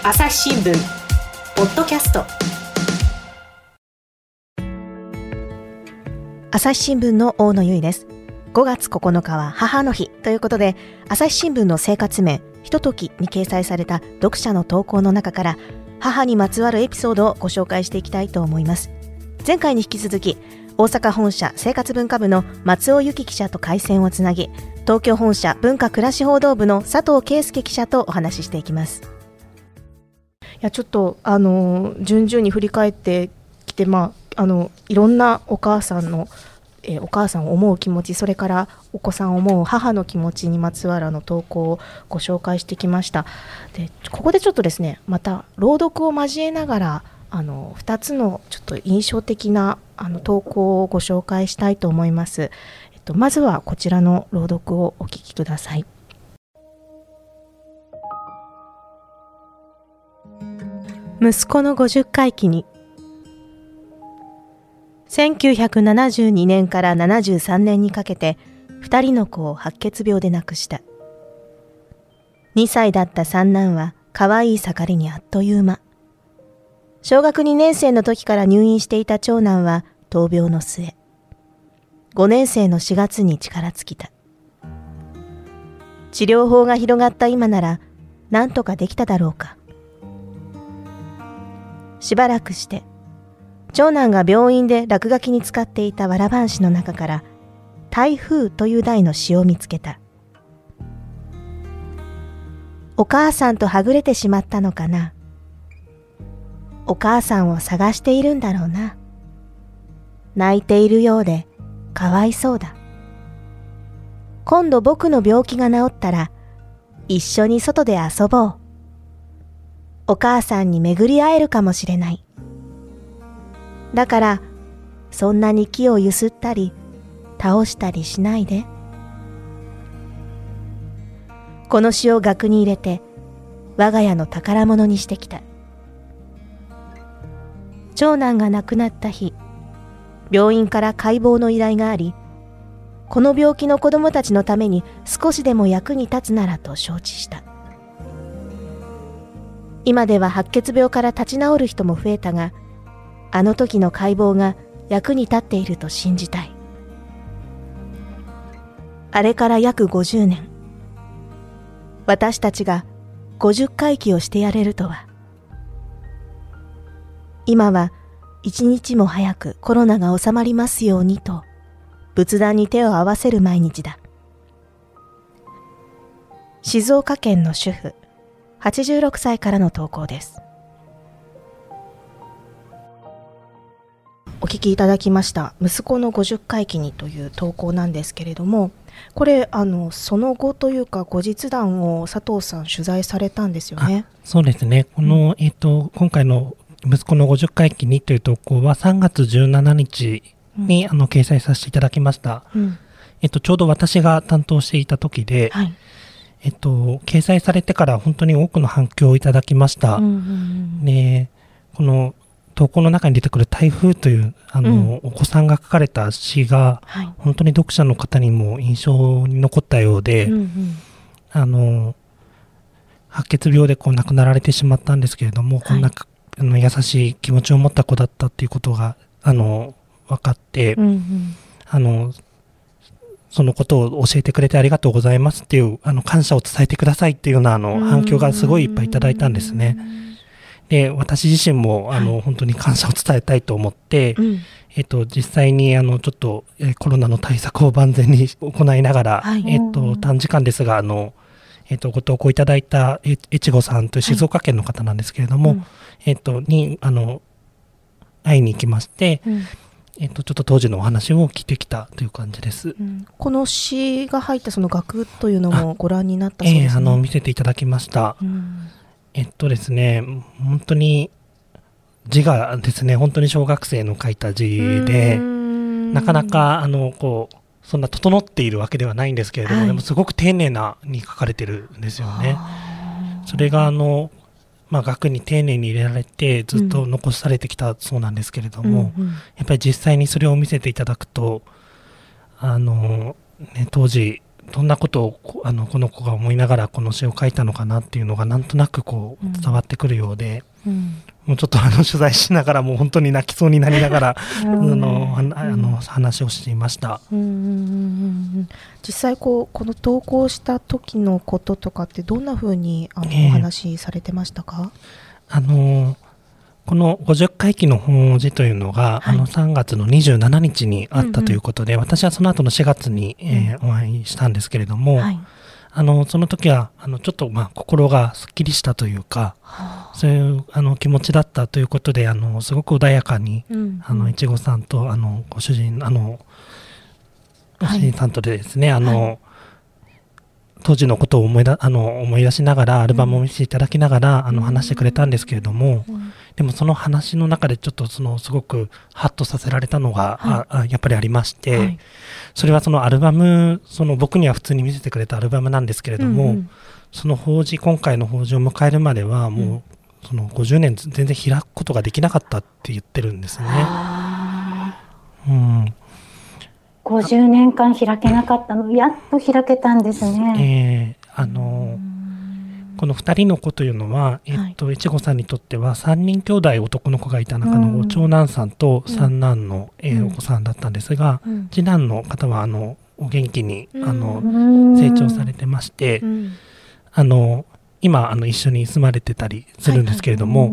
朝日新聞ポッドキャスト。 朝日新聞の大野由依です。5月9日は母の日ということで、朝日新聞の生活面ひとときに掲載された読者の投稿の中から母にまつわるエピソードをご紹介していきたいと思います。前回に引き続き大阪本社生活文化部の松尾由紀記者と回線をつなぎ、東京本社文化暮らし報道部の佐藤圭介記者とお話ししていきます。いやちょっと順々に振り返ってきて、いろんなお母さんを思う気持ち、それからお子さんを思う母の気持ちにまつわる投稿をご紹介してきました。でここでちょっとですね、また朗読を交えながら2つのちょっと印象的な投稿をご紹介したいと思います。まずはこちらの朗読をお聞きください。息子の50回忌に。1972年から73年にかけて2人の子を白血病で亡くした。2歳だった三男は可愛い盛りにあっという間。小学2年生の時から入院していた長男は闘病の末、5年生の4月に力尽きた。治療法が広がった今なら何とかできただろうか。しばらくして長男が病院で落書きに使っていたわら半紙の中から台風という題の詩を見つけた。お母さんとはぐれてしまったのかな。お母さんを探しているんだろうな。泣いているようでかわいそうだ。今度僕の病気が治ったら一緒に外で遊ぼう。お母さんに巡り会えるかもしれない。だからそんなに木をゆすったり倒したりしないで。この詩を額に入れて我が家の宝物にしてきた。長男が亡くなった日、病院から解剖の依頼があり、この病気の子供たちのために少しでも役に立つならと承知した。今では白血病から立ち直る人も増えたが、あの時の解剖が役に立っていると信じたい。あれから約50年、私たちが50回忌をしてやれるとは。今は一日も早くコロナが収まりますようにと仏壇に手を合わせる毎日だ。静岡県の主婦86歳からの投稿です。お聞きいただきました息子の50回忌にという投稿なんですけれども、これその後というか後日談を佐藤さん取材されたんですよね。 そうですね。この、今回の息子の50回忌にという投稿は3月17日に、掲載させていただきました。ちょうど私が担当していた時で、はい、掲載されてから本当に多くの反響をいただきました。で、この投稿の中に出てくる台風というお子さんが書かれた詩が、はい、本当に読者の方にも印象に残ったようで、白血病で亡くなられてしまったんですけれども、はい、こんな優しい気持ちを持った子だったということが分かって、そのことを教えてくれてありがとうございますっていう感謝を伝えてくださいっていうような反響がすごいいっぱいいただいたんですね。で、私自身も本当に感謝を伝えたいと思って、実際にちょっとコロナの対策を万全に行いながら、短時間ですがご投稿いただいた越後さんという静岡県の方なんですけれども、に会いに行きまして、ちょっと当時のお話を聞いてきたという感じです。 この詩が入ったその額というのもご覧になったそうですね。 見せていただきました。ですね、本当に字がですね、本当に小学生の書いた字で、なかなかそんな整っているわけではないんですけれども、でもすごく丁寧に書かれてるんですよね。それが額に丁寧に入れられてずっと残されてきたそうなんですけれども、やっぱり実際にそれを見せていただくと当時どんなことをこの子が思いながらこの詩を書いたのかなっていうのがなんとなくこう伝わってくるようで、もうちょっと取材しながらもう本当に泣きそうになりながら話をしていました。 実際この投稿した時のこととかってどんな風にお話しされてましたか？ この50回忌の本示というのが、3月の27日にあったということで、私はその後の4月に、お会いしたんですけれども、その時はちょっと心がすっきりしたというか、そういう気持ちだったということで、すごく穏やかに、いちごさんとご主人さんとでですね、当時のことを思い出しながらアルバムを見せていただきながら話してくれたんですけれども、でもその話の中でちょっとすごくハッとさせられたのが、やっぱりありまして、それはそのアルバム、僕には普通に見せてくれたアルバムなんですけれども、その今回の法事を迎えるまではもうその50年全然開くことができなかったって言ってるんですね。 50年間開けなかったのやっと開けたんですね。 この2人の子というのは、いちごさんにとっては3人兄弟男の子がいた中の長男さんと三男の、お子さんだったんですが、次男の方はお元気に成長されてまして、今一緒に住まれてたりするんですけれども、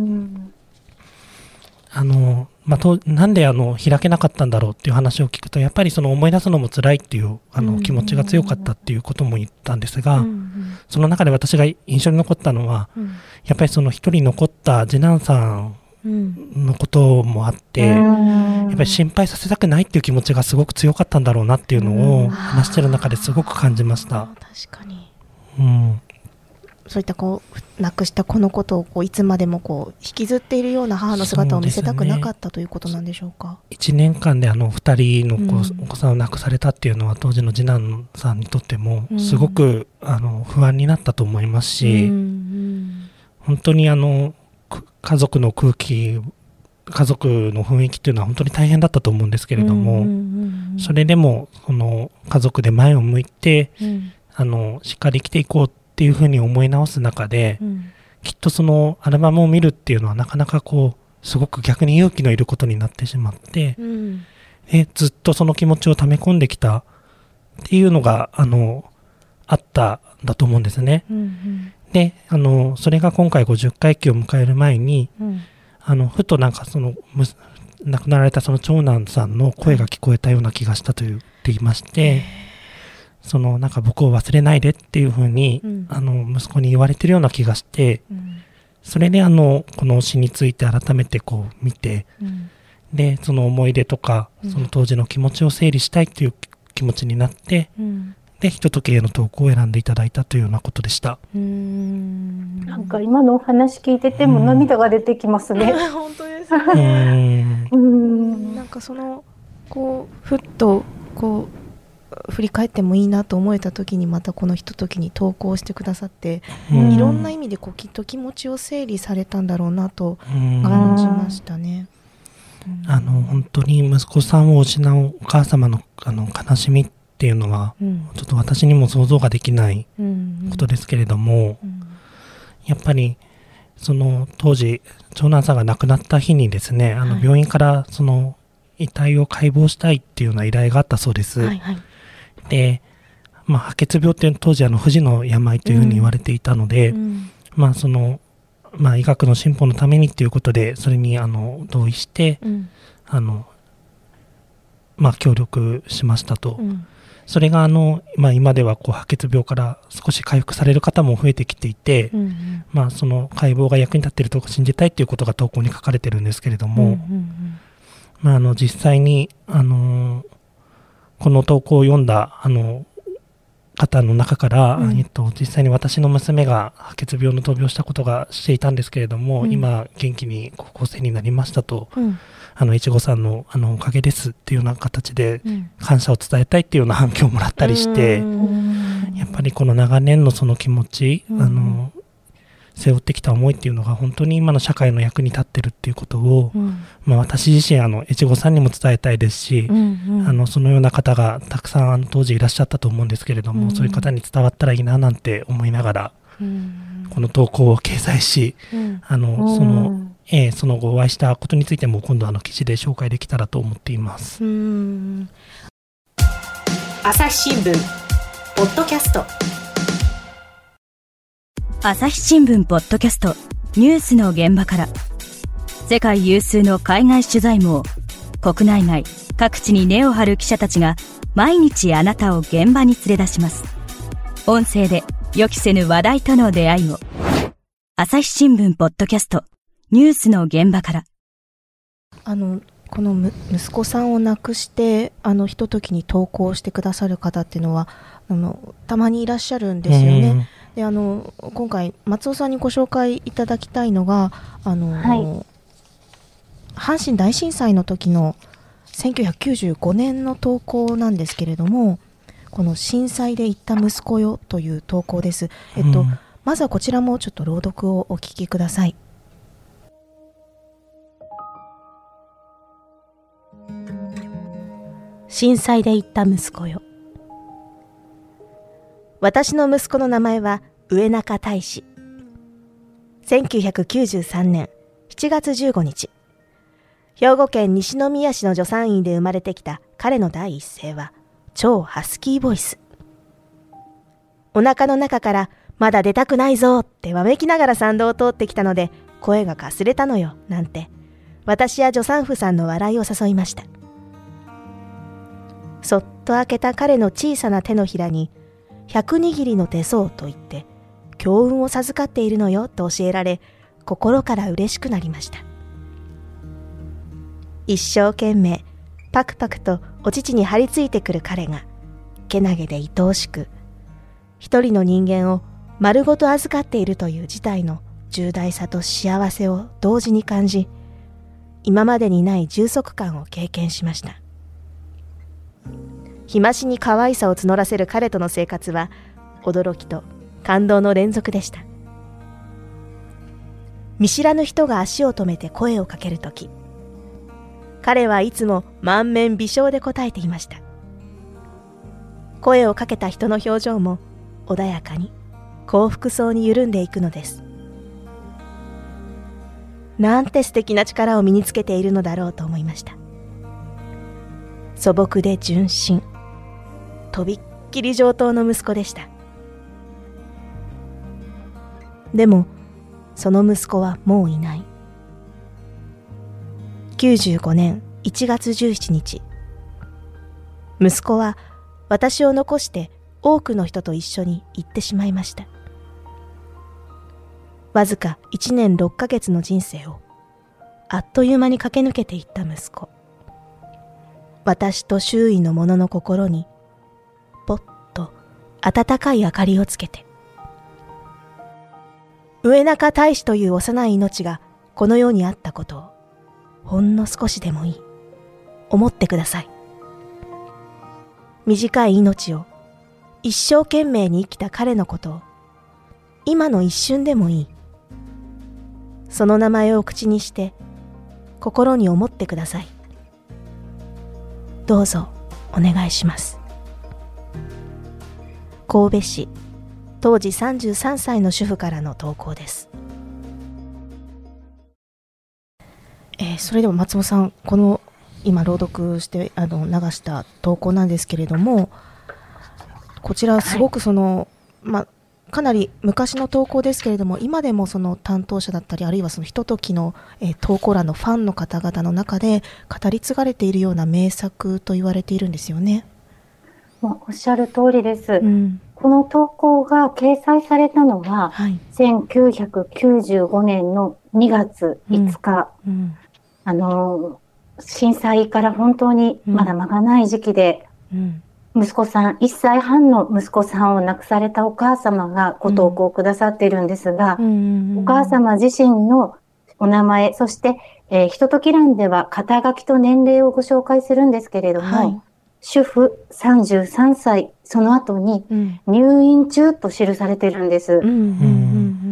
なんで開けなかったんだろうっていう話を聞くと、やっぱり思い出すのも辛いっていう気持ちが強かったっていうことも言ったんですが、その中で私が印象に残ったのは、やっぱり一人残った次男さんのこともあって、やっぱり心配させたくないっていう気持ちがすごく強かったんだろうなっていうのを話してる中ですごく感じました。 確かに、そういった亡くした子のことをいつまでも引きずっているような母の姿を見せたくなかったということなんでしょうか。 1年間で2人のお子さんを亡くされたっていうのは、当時の次男さんにとってもすごく不安になったと思いますし、本当に家族の空気、家族の雰囲気っていうのは本当に大変だったと思うんですけれども、それでも家族で前を向いて、しっかり生きていこうっていうふうに思い直す中で、きっとアルバムを見るっていうのはなかなかすごく逆に勇気のいることになってしまって、ずっとその気持ちを溜め込んできたっていうのがあったんだと思うんですね。でそれが今回50回忌を迎える前に、ふと亡くなられた長男さんの声が聞こえたような気がしたと言っていまして、僕を忘れないでっていうふうに、息子に言われてるような気がして、それでこの詩について改めて見て、でその思い出とか、その当時の気持ちを整理したいっていう気持ちになって、でひとときへの投稿を選んでいただいたというようなことでした。 なんか今のお話聞いてても涙が出てきますね。 本当ですね。なんかふっと振り返ってもいいなと思えた時に、またこのひとときに投稿してくださって、いろんな意味できっと気持ちを整理されたんだろうなと感じましたね。 本当に息子さんを失うお母様の悲しみっていうのは、ちょっと私にも想像ができないことですけれども、やっぱり当時長男さんが亡くなった日にですね、病院から遺体を解剖したいっていうような依頼があったそうです。で、白血病って当時不治の病というふうに言われていたので、医学の進歩のためにということでそれに同意して、協力しましたと。それが今では白血病から少し回復される方も増えてきていて、その解剖が役に立っていると信じたいということが投稿に書かれてるんですけれども、実際にこの投稿を読んだ方の中から、実際に私の娘が白血病の闘病をしたことがしていたんですけれども、今元気に高校生になりましたと、いちごさんのおかげですっていうような形で感謝を伝えたいっていうような反響をもらったりして、やっぱりこの長年のその気持ち、 背負ってきた思いっていうのが本当に今の社会の役に立ってるっていうことを、私自身越後さんにも伝えたいですし、そのような方がたくさん当時いらっしゃったと思うんですけれども、そういう方に伝わったらいいななんて思いながら、この投稿を掲載し、その後お会いしたことについても今度記事で紹介できたらと思っています。 朝日新聞ポッドキャスト、 朝日新聞ポッドキャスト、ニュースの現場から、世界有数の海外取材網、国内外各地に根を張る記者たちが毎日あなたを現場に連れ出します。音声で予期せぬ話題との出会いを。朝日新聞ポッドキャスト、ニュースの現場から。 この息子さんを亡くしてひとときに投稿してくださる方っていうのはたまにいらっしゃるんですよね。で今回松尾さんにご紹介いただきたいのが阪神大震災の時の1995年の投稿なんですけれども、この震災で行った息子よという投稿です。まずはこちらもちょっと朗読をお聞きください。震災で行った息子よ。私の息子の名前は上中大志。1993年7月15日、兵庫県西宮市の助産院で生まれてきた彼の第一声は超ハスキーボイス。お腹の中からまだ出たくないぞってわめきながら産道を通ってきたので声がかすれたのよなんて、私や助産婦さんの笑いを誘いました。そっと開けた彼の小さな手のひらに100握りの手相と言って強運を授かっているのよと教えられ、心から嬉しくなりました。一生懸命パクパクとお乳に張り付いてくる彼がけなげで愛おしく、一人の人間を丸ごと預かっているという事態の重大さと幸せを同時に感じ、今までにない充足感を経験しました。日増しに可愛さを募らせる彼との生活は驚きと感動の連続でした。見知らぬ人が足を止めて声をかけるとき、彼はいつも満面微笑で答えていました。声をかけた人の表情も穏やかに幸福そうに緩んでいくのです。なんて素敵な力を身につけているのだろうと思いました。素朴で純真、とびっきり上等の息子でした。でもその息子はもういない。95年1月17日、息子は私を残して多くの人と一緒に行ってしまいました。わずか1年6ヶ月の人生をあっという間に駆け抜けていった息子。私と周囲の者の心にぽっと温かい明かりをつけて、上中大志という幼い命がこの世にあったことをほんの少しでもいい思ってください。短い命を一生懸命に生きた彼のことを今の一瞬でもいい、その名前を口にして心に思ってください。どうぞお願いします。神戸市、当時33歳の主婦からの投稿です。それでも松本さん、この今朗読して流した投稿なんですけれども、こちらすごくかなり昔の投稿ですけれども、今でもその担当者だったり、あるいはそのひとときの、投稿欄のファンの方々の中で語り継がれているような名作と言われているんですよね。 おっしゃる通りです。この投稿が掲載されたのは、1995年の2月5日、震災から本当にまだ間がない時期で、息子さん、1歳半の息子さんを亡くされたお母様がご投稿くださっているんですが、お母様自身のお名前、そして、ひととき欄では肩書きと年齢をご紹介するんですけれども、主婦33歳、その後に入院中と記されているんです。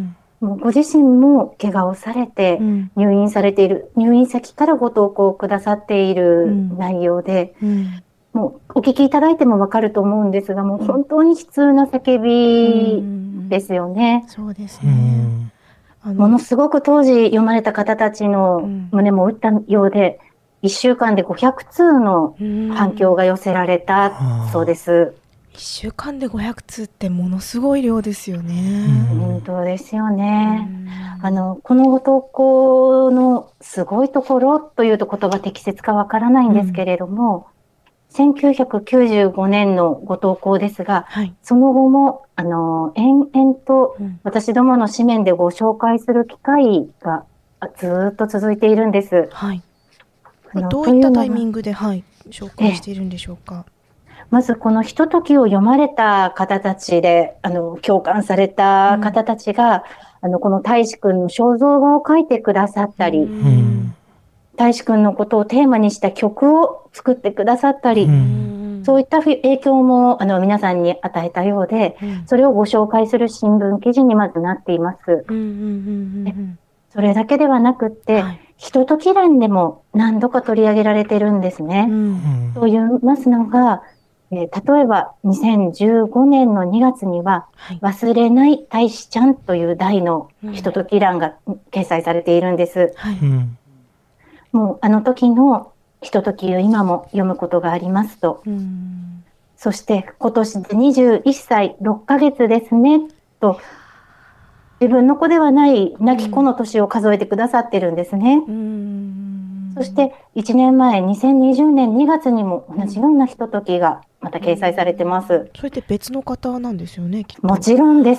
もうご自身も怪我をされて入院されている、入院先からご投稿くださっている内容で、もうお聞きいただいてもわかると思うんですが、もう本当に悲痛な叫びですよね。 そうですね。 ものすごく当時読まれた方たちの胸も打ったようで、1週間で500通の反響が寄せられたそうです。 1週間で500通ってものすごい量ですよね。 本当ですよね。このご投稿のすごいところというと言葉適切かわからないんですけれども、1995年のご投稿ですが、その後も延々と私どもの紙面でご紹介する機会がずっと続いているんです。 どういったタイミングで、紹介しているんでしょうか。 まずこのひとときを読まれた方たちで、共感された方たちが、この大志くんの肖像画を描いてくださったり、大志くんのことをテーマにした曲を作ってくださったり、そういった影響も皆さんに与えたようで、それをご紹介する新聞記事にまずなっています。それだけではなくって、ひととき欄でも何度か取り上げられてるんですね。と言いますのが、例えば2015年の2月には、忘れない大志ちゃんという題のひととき欄が掲載されているんです。もうあの時のひとときを今も読むことがありますと。そして今年で21歳6ヶ月ですねと、自分の子ではない亡き子の年を数えてくださってるんですね。そして1年前2020年2月にも同じようなひとときがまた掲載されてます。 それって別の方なんですよね、きっと。 もちろんです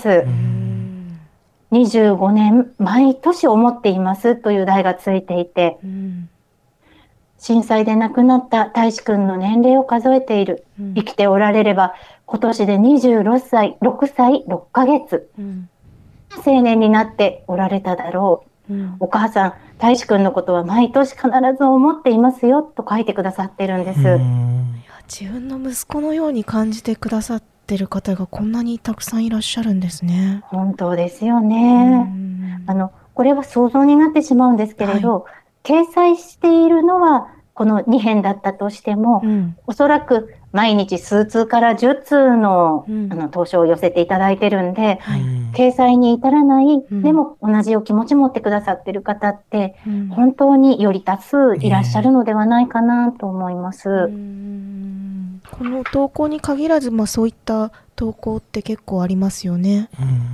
。25年毎年思っていますという題がついていて、震災で亡くなった大志くんの年齢を数えている。生きておられれば今年で26歳6ヶ月、青年になっておられただろう。お母さん、大志くんのことは毎年必ず思っていますよと書いてくださってるんです。 自分の息子のように感じてくださってる方がこんなにたくさんいらっしゃるんですね。 本当ですよね。これは想像になってしまうんですけれど、掲載しているのはこの2編だったとしても、おそらく毎日数通から10通の、投書を寄せていただいてるんで、掲載に至らない、でも同じお気持ち持ってくださってる方って、本当により多数いらっしゃるのではないかなと思います。 この投稿に限らず、そういった投稿って結構ありますよね。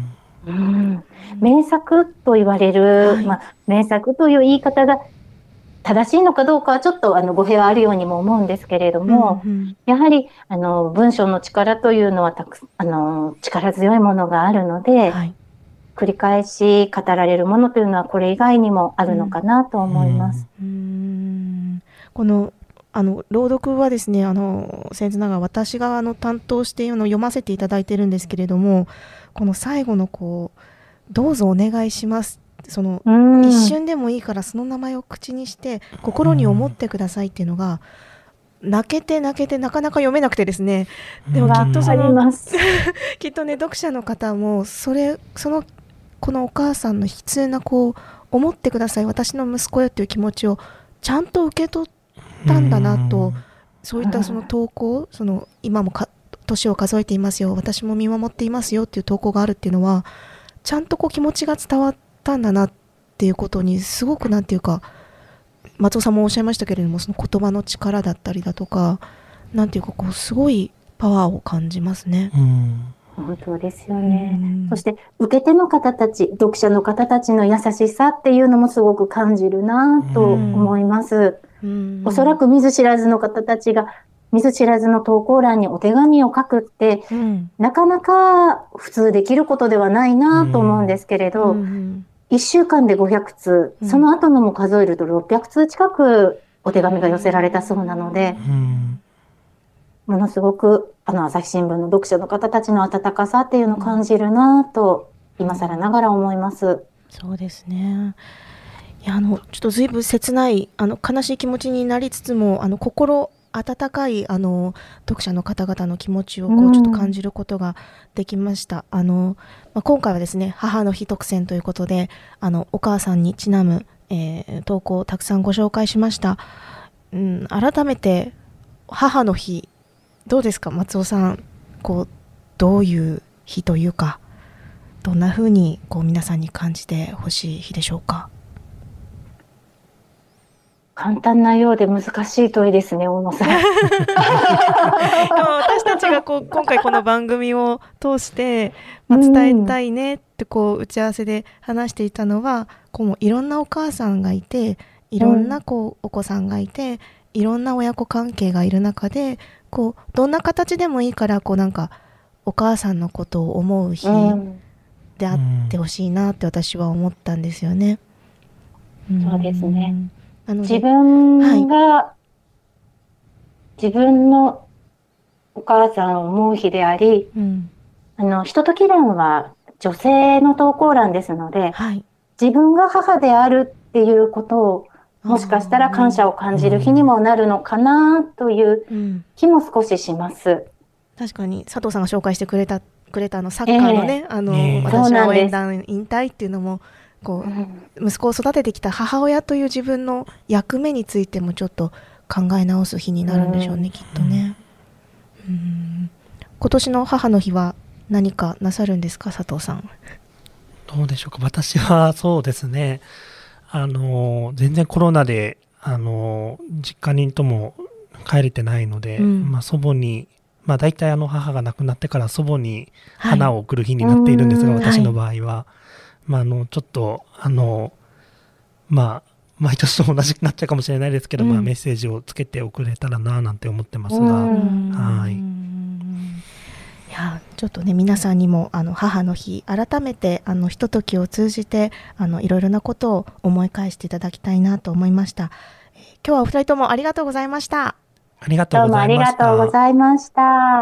名作と言われる、名作という言い方が正しいのかどうかはちょっと語弊はあるようにも思うんですけれども、やはり文章の力というのは力強いものがあるので、繰り返し語られるものというのはこれ以外にもあるのかなと思います。 この朗読はですね、僭越ながら私が担当して読ませていただいてるんですけれども、この最後のどうぞお願いしますその一瞬でもいいからその名前を口にして心に思ってくださいっていうのが泣けてなかなか読めなくてですね。でもきっときっとね、読者の方もこのお母さんの悲痛な思ってください、私の息子よっていう気持ちをちゃんと受け取ったんだなと、そういったその投稿、今も年を数えていますよ、私も見守っていますよっていう投稿があるっていうのは、ちゃんと気持ちが伝わったんだなっていうことにすごくなんていうか、松尾さんもおっしゃいましたけれども、その言葉の力だったりだとか、なんていうかすごいパワーを感じますね。 本当ですよね。そして受け手の方たち、読者の方たちの優しさっていうのもすごく感じるなと思います。おそらく見ず知らずの方たちが見ず知らずの投稿欄にお手紙を書くって、なかなか普通できることではないなと思うんですけれど、1週間で500通、その後のも数えると600通近くお手紙が寄せられたそうなので、ものすごく朝日新聞の読者の方たちの温かさっていうのを感じるなと今更ながら思います。 そうですね。いやちょっと随分切ない悲しい気持ちになりつつも心温かい読者の方々の気持ちをこうちょっと感じることができました。今回はですね、母の日特選ということでお母さんにちなむ、投稿をたくさんご紹介しました。改めて母の日どうですか、松尾さん。どういう日というか、どんな風に皆さんに感じてほしい日でしょうか。 簡単なようで難しい問いですね、大野さん。 私たちが今回この番組を通して、伝えたいねって打ち合わせで話していたのは、もういろんなお母さんがいて、いろんなお子さんがいて、いろんな親子関係がいる中で、どんな形でもいいからなんかお母さんのことを思う日であってほしいなって私は思ったんですよね。 そうですね。自分が、自分のお母さんを思う日であり、ひととき欄は女性の投稿欄ですので、自分が母であるっていうことをもしかしたら感謝を感じる日にもなるのかなという気も少しします。 確かに佐藤さんが紹介してくれたサッカーのね、私は応援団引退っていうのも息子を育ててきた母親という自分の役目についてもちょっと考え直す日になるんでしょうね、きっとね。今年の母の日は何かなさるんですか、佐藤さん。 どうでしょうか。私はそうですね、全然コロナで実家にとも帰れてないので、祖母に大体母が亡くなってから祖母に花を贈る日になっているんですが、私の場合は、ちょっと毎年と同じくなっちゃうかもしれないですけど、メッセージをつけて送れたらななんて思ってますが、 いやちょっとね、皆さんにも母の日改めてひとときを通じていろいろなことを思い返していただきたいなと思いました。今日はお二人ともありがとうございました。 ありがとうございました。 どうもありがとうございました。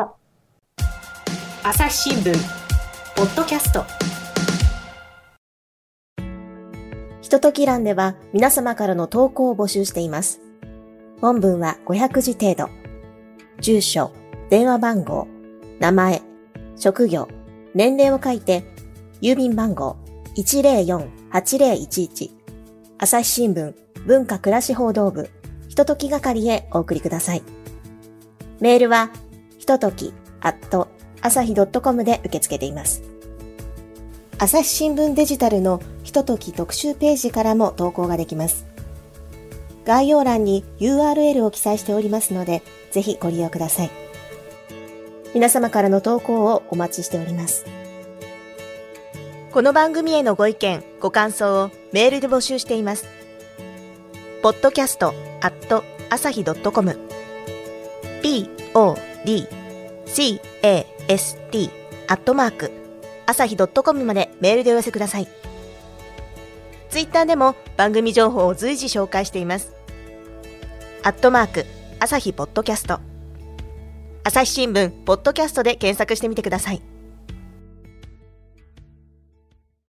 朝日新聞ポッドキャスト。 ひととき欄では皆様からの投稿を募集しています。本文は500字程度。住所、電話番号、名前、職業、年齢を書いて、郵便番号 104-8011 朝日新聞文化暮らし報道部ひととき係へお送りください。メールはひととき@asahi.com で受け付けています。朝日新聞デジタルのひととき特集ページからも投稿ができます。概要欄に URL を記載しておりますので、ぜひご利用ください。皆様からの投稿をお待ちしております。この番組へのご意見、ご感想をメールで募集しています。podcast@asahi.com podcast@ 朝日.com までメールでお寄せください。ツイッターでも番組情報を随時紹介しています。朝日ポッドキャスト、朝日新聞ポッドキャストで検索してみてください。